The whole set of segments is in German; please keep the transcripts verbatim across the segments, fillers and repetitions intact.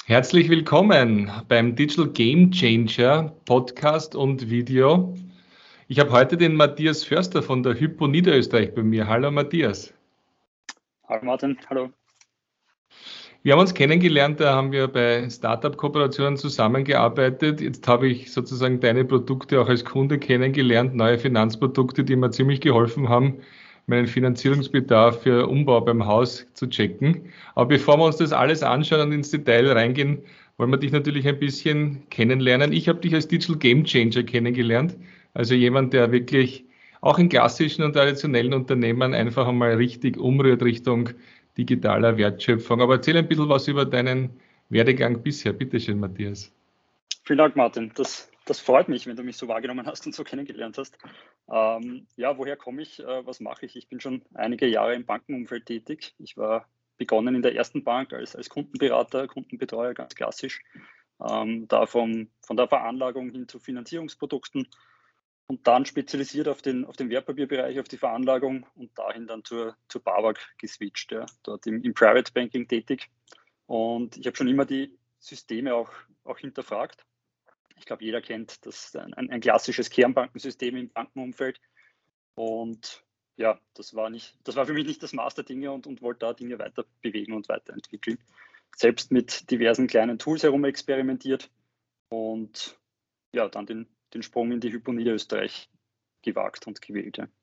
Herzlich willkommen beim Digital Game Changer Podcast und Video. Ich habe heute den Matthias Förster von der Hypo Niederösterreich bei mir. Hallo Matthias. Hallo Martin, hallo. Wir haben uns kennengelernt, da haben wir bei Startup-Kooperationen zusammengearbeitet. Jetzt habe ich sozusagen deine Produkte auch als Kunde kennengelernt, neue Finanzprodukte, die mir ziemlich geholfen haben, meinen Finanzierungsbedarf für Umbau beim Haus zu checken. Aber bevor wir uns das alles anschauen und ins Detail reingehen, wollen wir dich natürlich ein bisschen kennenlernen. Ich habe dich als Digital Game Changer kennengelernt, also jemand, der wirklich auch in klassischen und traditionellen Unternehmen einfach einmal richtig umrührt Richtung digitaler Wertschöpfung. Aber erzähl ein bisschen was über deinen Werdegang bisher. Bitte schön, Matthias. Vielen Dank, Martin. Das, das freut mich, wenn du mich so wahrgenommen hast und so kennengelernt hast. Ähm, ja, woher komme ich? Äh, was mache ich? Ich bin schon einige Jahre im Bankenumfeld tätig. Ich war begonnen in der ersten Bank als, als Kundenberater, Kundenbetreuer, ganz klassisch. Ähm, da vom, von der Veranlagung hin zu Finanzierungsprodukten und dann spezialisiert auf den, auf den Wertpapierbereich, auf die Veranlagung und dahin dann zur, zur BAWAG geswitcht, ja, dort im, im Private Banking tätig. Und ich habe schon immer die Systeme auch, auch hinterfragt. Ich glaube, jeder kennt das, ein, ein klassisches Kernbankensystem im Bankenumfeld. Und ja, das war, nicht, das war für mich nicht das Maß der Dinge und, und wollte da Dinge weiter bewegen und weiterentwickeln. Selbst mit diversen kleinen Tools herum experimentiert und ja, dann den, den Sprung in die Hypo Niederösterreich gewagt und gewählt. Ja.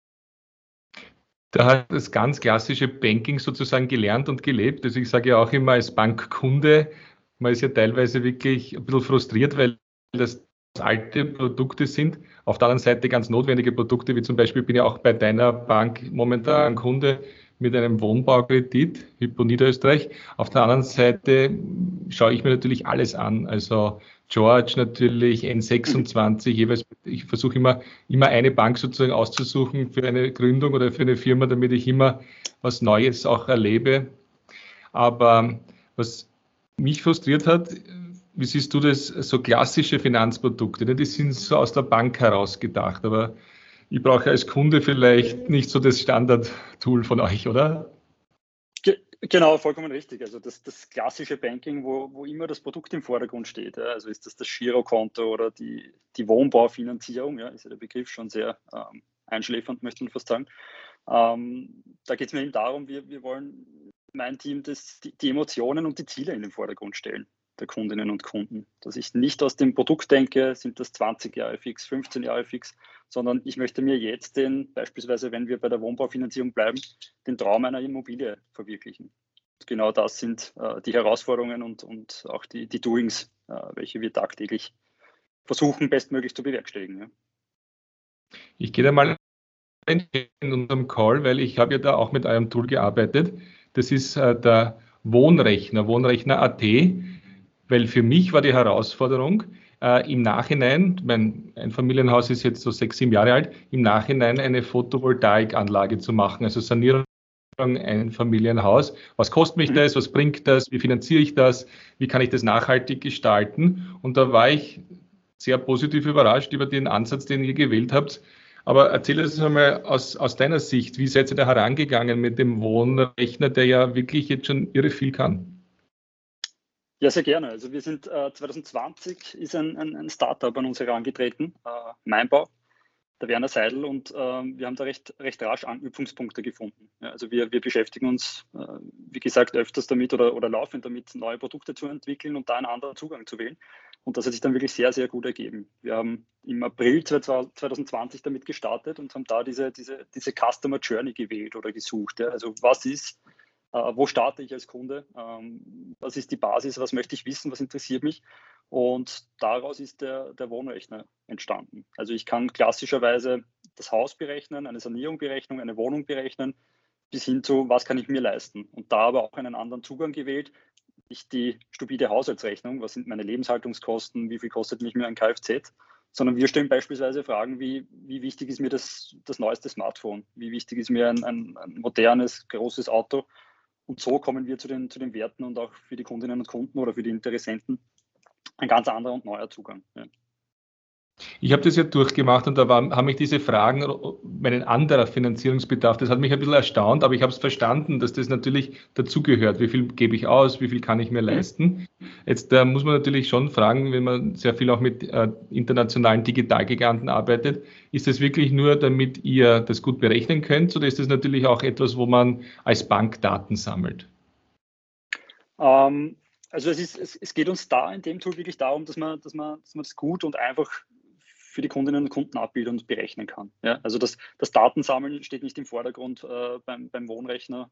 Da hat das ganz klassische Banking sozusagen gelernt und gelebt. Also ich sage ja auch immer als Bankkunde, man ist ja teilweise wirklich ein bisschen frustriert, weil das alte Produkte sind. Auf der anderen Seite ganz notwendige Produkte, wie zum Beispiel bin ich auch bei deiner Bank momentan Kunde mit einem Wohnbaukredit, Hypo Niederösterreich. Auf der anderen Seite schaue ich mir natürlich alles an. Also George natürlich, N sechsundzwanzig, jeweils, ich versuche immer, immer eine Bank sozusagen auszusuchen für eine Gründung oder für eine Firma, damit ich immer was Neues auch erlebe. Aber was mich frustriert hat, wie siehst du das, so klassische Finanzprodukte, ne? Die sind so aus der Bank heraus gedacht, aber ich brauche als Kunde vielleicht nicht so das Standard-Tool von euch, oder? Genau, vollkommen richtig. Also das, das klassische Banking, wo, wo immer das Produkt im Vordergrund steht. Ja. Also ist das das Girokonto oder die, die Wohnbaufinanzierung, ja, ist ja der Begriff schon sehr ähm, einschläfernd, möchte man fast sagen. Ähm, da geht es mir eben darum, wir, wir wollen, mein Team, das, die, die Emotionen und die Ziele in den Vordergrund stellen der Kundinnen und Kunden. Dass ich nicht aus dem Produkt denke, sind das zwanzig Jahre fix, fünfzehn Jahre fix, sondern ich möchte mir jetzt den, beispielsweise wenn wir bei der Wohnbaufinanzierung bleiben, den Traum einer Immobilie verwirklichen. Und genau das sind äh, die Herausforderungen und, und auch die, die Doings, äh, welche wir tagtäglich versuchen, bestmöglich zu bewerkstelligen. Ja. Ich gehe da mal in unserem Call, weil ich habe ja da auch mit eurem Tool gearbeitet. Das ist äh, der Wohnrechner, Wohnrechner Punkt at, weil für mich war die Herausforderung, äh, im Nachhinein, mein Einfamilienhaus ist jetzt so sechs, sieben Jahre alt, im Nachhinein eine Photovoltaikanlage zu machen, also Sanierung ein Familienhaus. Was kostet mich das? Was bringt das? Wie finanziere ich das? Wie kann ich das nachhaltig gestalten? Und da war ich sehr positiv überrascht über den Ansatz, den ihr gewählt habt. Aber erzähl uns einmal aus, aus deiner Sicht, wie seid ihr da herangegangen mit dem Wohnrechner, der ja wirklich jetzt schon irre viel kann? Ja, sehr gerne. Also wir sind äh, zwanzig zwanzig ist ein, ein, ein Startup an uns herangetreten, äh, Mainbau, der Werner Seidel, und ähm, wir haben da recht, recht rasch Anknüpfungspunkte gefunden. Ja, also wir, wir beschäftigen uns, äh, wie gesagt, öfters damit oder, oder laufend damit, neue Produkte zu entwickeln und da einen anderen Zugang zu wählen. Und das hat sich dann wirklich sehr, sehr gut ergeben. Wir haben im April zwanzig zwanzig damit gestartet und haben da diese, diese, diese Customer Journey gewählt oder gesucht. Ja. Also was ist, äh, wo starte ich als Kunde? Ähm, was ist die Basis? Was möchte ich wissen? Was interessiert mich? Und daraus ist der, der Wohnrechner entstanden. Also ich kann klassischerweise das Haus berechnen, eine Sanierung berechnen, eine Wohnung berechnen, bis hin zu, was kann ich mir leisten. Und da aber auch einen anderen Zugang gewählt, nicht die stupide Haushaltsrechnung, was sind meine Lebenshaltungskosten, wie viel kostet mich mir ein Kfz, sondern wir stellen beispielsweise Fragen wie, wie wichtig ist mir das, das neueste Smartphone, wie wichtig ist mir ein, ein, ein modernes, großes Auto. Und so kommen wir zu den, zu den Werten und auch für die Kundinnen und Kunden oder für die Interessenten ein ganz anderer und neuer Zugang. Ja. Ich habe das ja durchgemacht und da war, haben mich diese Fragen, meinen anderer Finanzierungsbedarf, das hat mich ein bisschen erstaunt, aber ich habe es verstanden, dass das natürlich dazugehört. Wie viel gebe ich aus, wie viel kann ich mir Mhm. leisten? Jetzt da muss man natürlich schon fragen, wenn man sehr viel auch mit äh, internationalen Digitalgiganten arbeitet, ist das wirklich nur, damit ihr das gut berechnen könnt, oder ist das natürlich auch etwas, wo man als Bank Daten sammelt? Ähm, also es, ist, es, es geht uns da in dem Tool wirklich darum, dass man, dass man, dass man das gut und einfach für die Kundinnen und Kunden abbilden und berechnen kann. Ja? Also das, das Datensammeln steht nicht im Vordergrund äh, beim, beim Wohnrechner.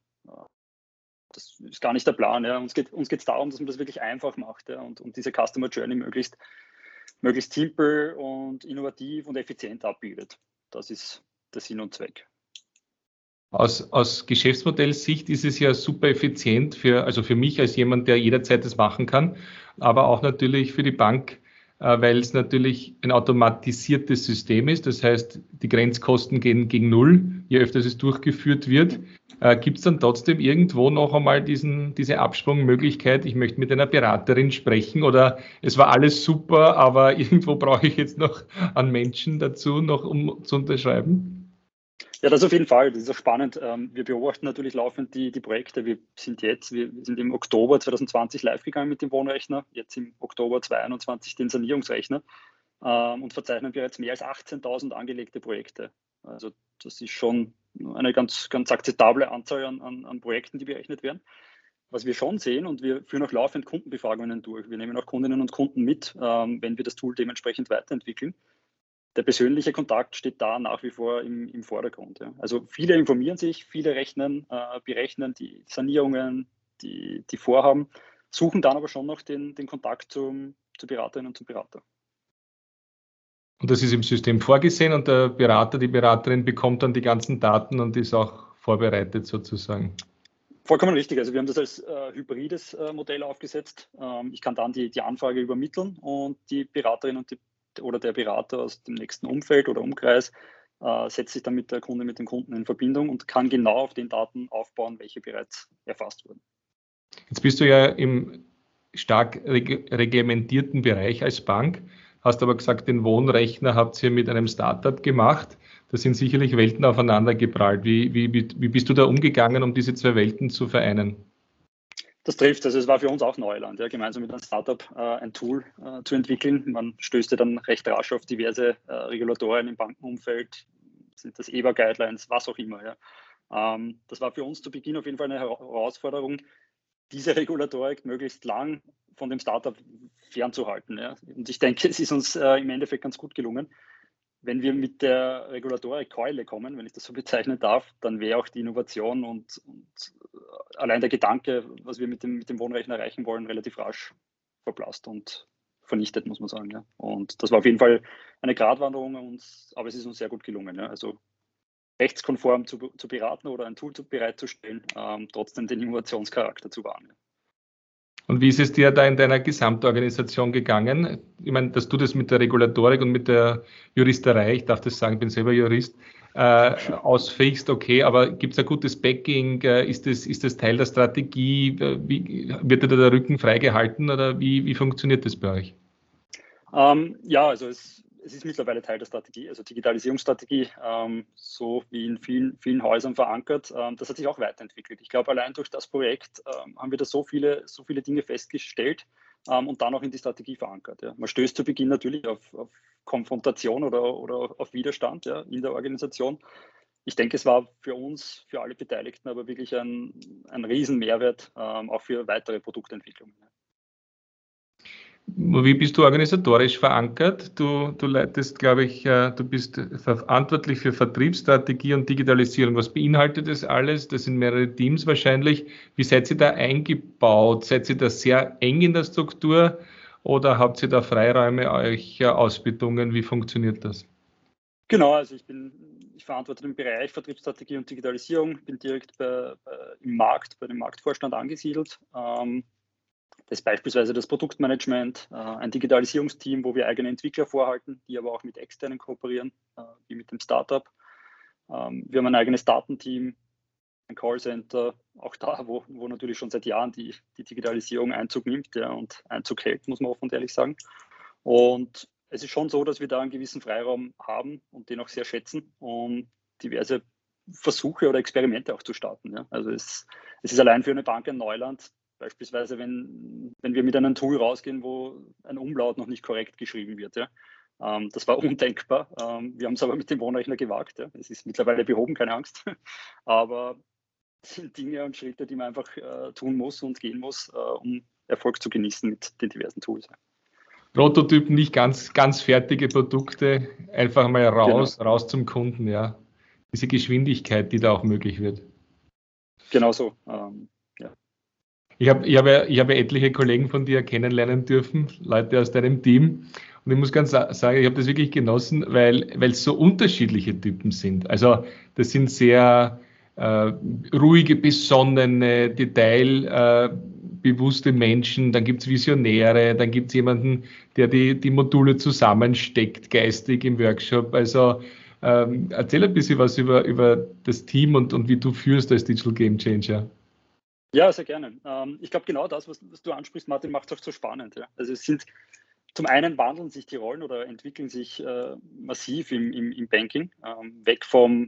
Das ist gar nicht der Plan. Ja. Uns geht uns geht's darum, dass man das wirklich einfach macht, ja, und, und diese Customer Journey möglichst, möglichst simpel und innovativ und effizient abbildet. Das ist der Sinn und Zweck. Aus, aus Geschäftsmodellsicht ist es ja super effizient für, also für mich als jemand, der jederzeit das machen kann, aber auch natürlich für die Bank, äh, weil es natürlich ein automatisiertes System ist. Das heißt, die Grenzkosten gehen gegen Null, je öfter es durchgeführt wird. Äh, Gibt es dann trotzdem irgendwo noch einmal diesen, diese Absprungmöglichkeit, ich möchte mit einer Beraterin sprechen oder es war alles super, aber irgendwo brauche ich jetzt noch einen Menschen dazu, noch um zu unterschreiben? Ja, das auf jeden Fall. Das ist auch spannend. Ähm, Wir beobachten natürlich laufend die, die Projekte. Wir sind jetzt, wir sind im Oktober zwanzig zwanzig live gegangen mit dem Wohnrechner, jetzt im Oktober zwanzig einundzwanzig den Sanierungsrechner ähm, und verzeichnen bereits mehr als achtzehntausend angelegte Projekte. Also das ist schon eine ganz, ganz akzeptable Anzahl an, an, an Projekten, die berechnet werden. Was wir schon sehen, und wir führen auch laufend Kundenbefragungen durch. Wir nehmen auch Kundinnen und Kunden mit, ähm, wenn wir das Tool dementsprechend weiterentwickeln. Der persönliche Kontakt steht da nach wie vor im, im Vordergrund. Ja. Also viele informieren sich, viele rechnen, äh, berechnen die Sanierungen, die, die Vorhaben, suchen dann aber schon noch den, den Kontakt zum, zur Beraterin und zum Berater. Und das ist im System vorgesehen und der Berater, die Beraterin bekommt dann die ganzen Daten und ist auch vorbereitet sozusagen. Vollkommen richtig. Also wir haben das als äh, hybrides äh, Modell aufgesetzt. Ähm, ich kann dann die, die Anfrage übermitteln und die Beraterin und die, oder der Berater aus dem nächsten Umfeld oder Umkreis äh, setzt sich dann mit der Kunde, mit dem Kunden in Verbindung und kann genau auf den Daten aufbauen, welche bereits erfasst wurden. Jetzt bist du ja im stark reg reglementierten Bereich als Bank, hast aber gesagt, den Wohnrechner habt ihr mit einem Startup gemacht. Da sind sicherlich Welten aufeinander geprallt. Wie, wie, wie bist du da umgegangen, um diese zwei Welten zu vereinen? Das trifft, also es war für uns auch Neuland, ja, gemeinsam mit einem Startup äh, ein Tool äh, zu entwickeln. Man stößt ja dann recht rasch auf diverse äh, Regulatorien im Bankenumfeld, sind das E B A-Guidelines, was auch immer. Ja. Ähm, das war für uns zu Beginn auf jeden Fall eine Herausforderung, diese Regulatorik möglichst lang von dem Startup fernzuhalten. Ja. Und ich denke, es ist uns äh, im Endeffekt ganz gut gelungen. Wenn wir mit der Regulatorik-Keule kommen, wenn ich das so bezeichnen darf, dann wäre auch die Innovation und, und allein der Gedanke, was wir mit dem, mit dem Wohnrechner erreichen wollen, relativ rasch verblasst und vernichtet, muss man sagen. Ja. Und das war auf jeden Fall eine Gratwanderung, uns, aber es ist uns sehr gut gelungen. Ja. Also rechtskonform zu, zu beraten oder ein Tool zu, bereitzustellen, ähm, trotzdem den Innovationscharakter zu wahren. Ja. Und wie ist es dir da in deiner Gesamtorganisation gegangen? Ich meine, dass du das mit der Regulatorik und mit der Juristerei, ich darf das sagen, ich bin selber Jurist, äh, ausfähigst, okay, aber gibt es ein gutes Backing? Äh, ist, das, ist das Teil der Strategie? Wie, wird dir da der Rücken freigehalten oder wie, wie funktioniert das bei euch? Ähm, ja, also es, es ist mittlerweile Teil der Strategie, also Digitalisierungsstrategie, ähm, so wie in vielen, vielen Häusern verankert. Ähm, das hat sich auch weiterentwickelt. Ich glaube, allein durch das Projekt ähm, haben wir da so viele, so viele Dinge festgestellt ähm, und dann auch in die Strategie verankert. Ja. Man stößt zu Beginn natürlich auf, auf Konfrontation oder, oder auf Widerstand, ja, in der Organisation. Ich denke, es war für uns, für alle Beteiligten, aber wirklich ein, ein Riesenmehrwert, ähm, auch für weitere Produktentwicklungen. Ja. Wie bist du organisatorisch verankert? Du, du leitest, glaube ich, äh, du bist verantwortlich für Vertriebsstrategie und Digitalisierung. Was beinhaltet das alles? Das sind mehrere Teams wahrscheinlich. Wie seid ihr da eingebaut? Seid ihr da sehr eng in der Struktur oder habt ihr da Freiräume, euch äh, Ausbildungen? Wie funktioniert das? Genau, also ich bin, ich verantworte den Bereich Vertriebsstrategie und Digitalisierung, bin direkt bei, bei, im Markt, bei dem Marktvorstand angesiedelt. Ähm, das ist beispielsweise das Produktmanagement, äh, ein Digitalisierungsteam, wo wir eigene Entwickler vorhalten, die aber auch mit externen kooperieren, äh, wie mit dem Startup. Ähm, wir haben ein eigenes Datenteam, ein Callcenter, auch da, wo, wo natürlich schon seit Jahren die, die Digitalisierung Einzug nimmt, ja, und Einzug hält, muss man offen und ehrlich sagen. Und es ist schon so, dass wir da einen gewissen Freiraum haben und den auch sehr schätzen, um diverse Versuche oder Experimente auch zu starten. Ja. Also es, es ist allein für eine Bank ein Neuland, beispielsweise wenn, wenn wir mit einem Tool rausgehen, wo ein Umlaut noch nicht korrekt geschrieben wird. Ja. Ähm, das war undenkbar. Ähm, wir haben es aber mit dem Wohnrechner gewagt. Ja. Es ist mittlerweile behoben, keine Angst. Aber es sind Dinge und Schritte, die man einfach äh, tun muss und gehen muss, äh, um Erfolg zu genießen mit den diversen Tools. Prototypen, nicht ganz, ganz fertige Produkte, einfach mal raus, Genau. raus zum Kunden, ja. Diese Geschwindigkeit, die da auch möglich wird. Genau so. Ähm, ja. Ich habe ich hab ja, ich hab ja etliche Kollegen von dir kennenlernen dürfen, Leute aus deinem Team. Und ich muss ganz sagen, ich habe das wirklich genossen, weil weil es so unterschiedliche Typen sind. Also das sind sehr äh, ruhige, besonnene, detailbewusste äh, Menschen. Dann gibt es Visionäre, dann gibt es jemanden, der die, die Module zusammensteckt, geistig im Workshop. Also ähm, erzähl ein bisschen was über, über das Team und, und wie du führst als Digital Game Changer. Ja, sehr gerne. Ähm, ich glaube, genau das, was, was du ansprichst, Martin, macht es auch so spannend. Ja. Also es sind zum einen wandeln sich die Rollen oder entwickeln sich äh, massiv im, im, im Banking. Ähm, weg vom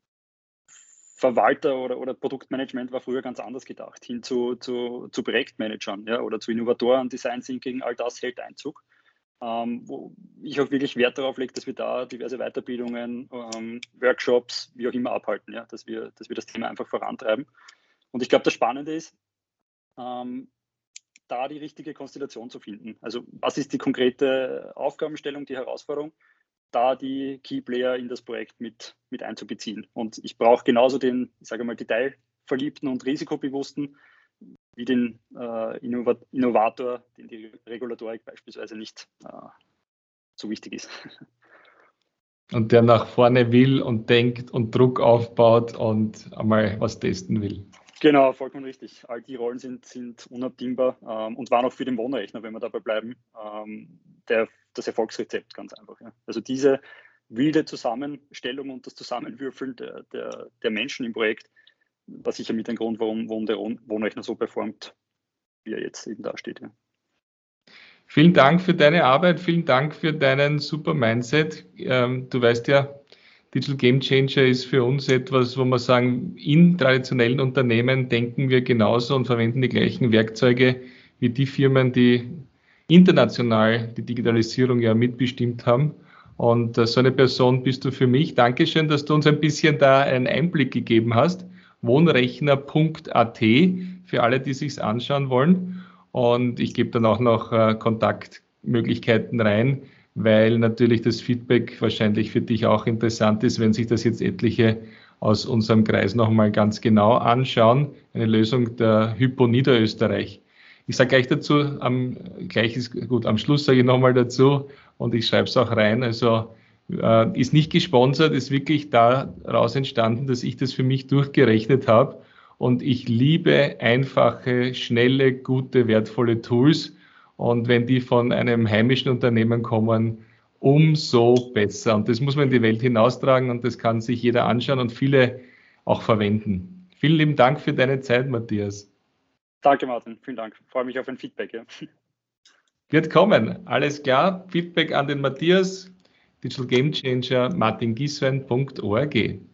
Verwalter oder, oder Produktmanagement war früher ganz anders gedacht, hin zu, zu, zu Projektmanagern, ja, oder zu Innovatoren, Design Thinking, all das hält Einzug. Ähm, wo ich auch wirklich Wert darauf lege, dass wir da diverse Weiterbildungen, ähm, Workshops, wie auch immer abhalten, ja, dass wir, dass wir das Thema einfach vorantreiben. Und ich glaube, das Spannende ist, ähm, da die richtige Konstellation zu finden. Also was ist die konkrete Aufgabenstellung, die Herausforderung, da die Keyplayer in das Projekt mit, mit einzubeziehen. Und ich brauche genauso den, ich sage mal, detailverliebten und risikobewussten wie den äh, Innovat- Innovator, den die Regulatorik beispielsweise nicht äh, so wichtig ist. Und der nach vorne will und denkt und Druck aufbaut und einmal was testen will. Genau, vollkommen richtig. All die Rollen sind, sind unabdingbar ähm, und waren auch für den Wohnrechner, wenn wir dabei bleiben, ähm, der, das Erfolgsrezept ganz einfach. Ja. Also diese wilde Zusammenstellung und das Zusammenwürfeln der, der, der Menschen im Projekt war sicher mit ein Grund, warum, warum der Wohnrechner so performt, wie er jetzt eben dasteht. Ja. Vielen Dank für deine Arbeit, vielen Dank für deinen super Mindset. Ähm, du weißt ja, Digital Game Changer ist für uns etwas, wo wir sagen, in traditionellen Unternehmen denken wir genauso und verwenden die gleichen Werkzeuge wie die Firmen, die international die Digitalisierung ja mitbestimmt haben. Und äh, so eine Person bist du für mich. Dankeschön, dass du uns ein bisschen da einen Einblick gegeben hast. wohnrechner punkt a t für alle, die sich's anschauen wollen. Und ich gebe dann auch noch äh, Kontaktmöglichkeiten rein, weil natürlich das Feedback wahrscheinlich für dich auch interessant ist, wenn sich das jetzt etliche aus unserem Kreis nochmal ganz genau anschauen. Eine Lösung der Hypo Niederösterreich. Ich sage gleich dazu, am, gleich ist gut, am Schluss sage ich nochmal dazu und ich schreibe es auch rein. Also äh, ist nicht gesponsert, ist wirklich daraus entstanden, dass ich das für mich durchgerechnet habe. Und ich liebe einfache, schnelle, gute, wertvolle Tools. Und wenn die von einem heimischen Unternehmen kommen, umso besser. Und das muss man in die Welt hinaustragen und das kann sich jeder anschauen und viele auch verwenden. Vielen lieben Dank für deine Zeit, Matthias. Danke, Martin. Vielen Dank. Ich freue mich auf ein Feedback. Ja. Wird kommen. Alles klar. Feedback an den Matthias, Digital Game Changer, martin gieswein punkt org.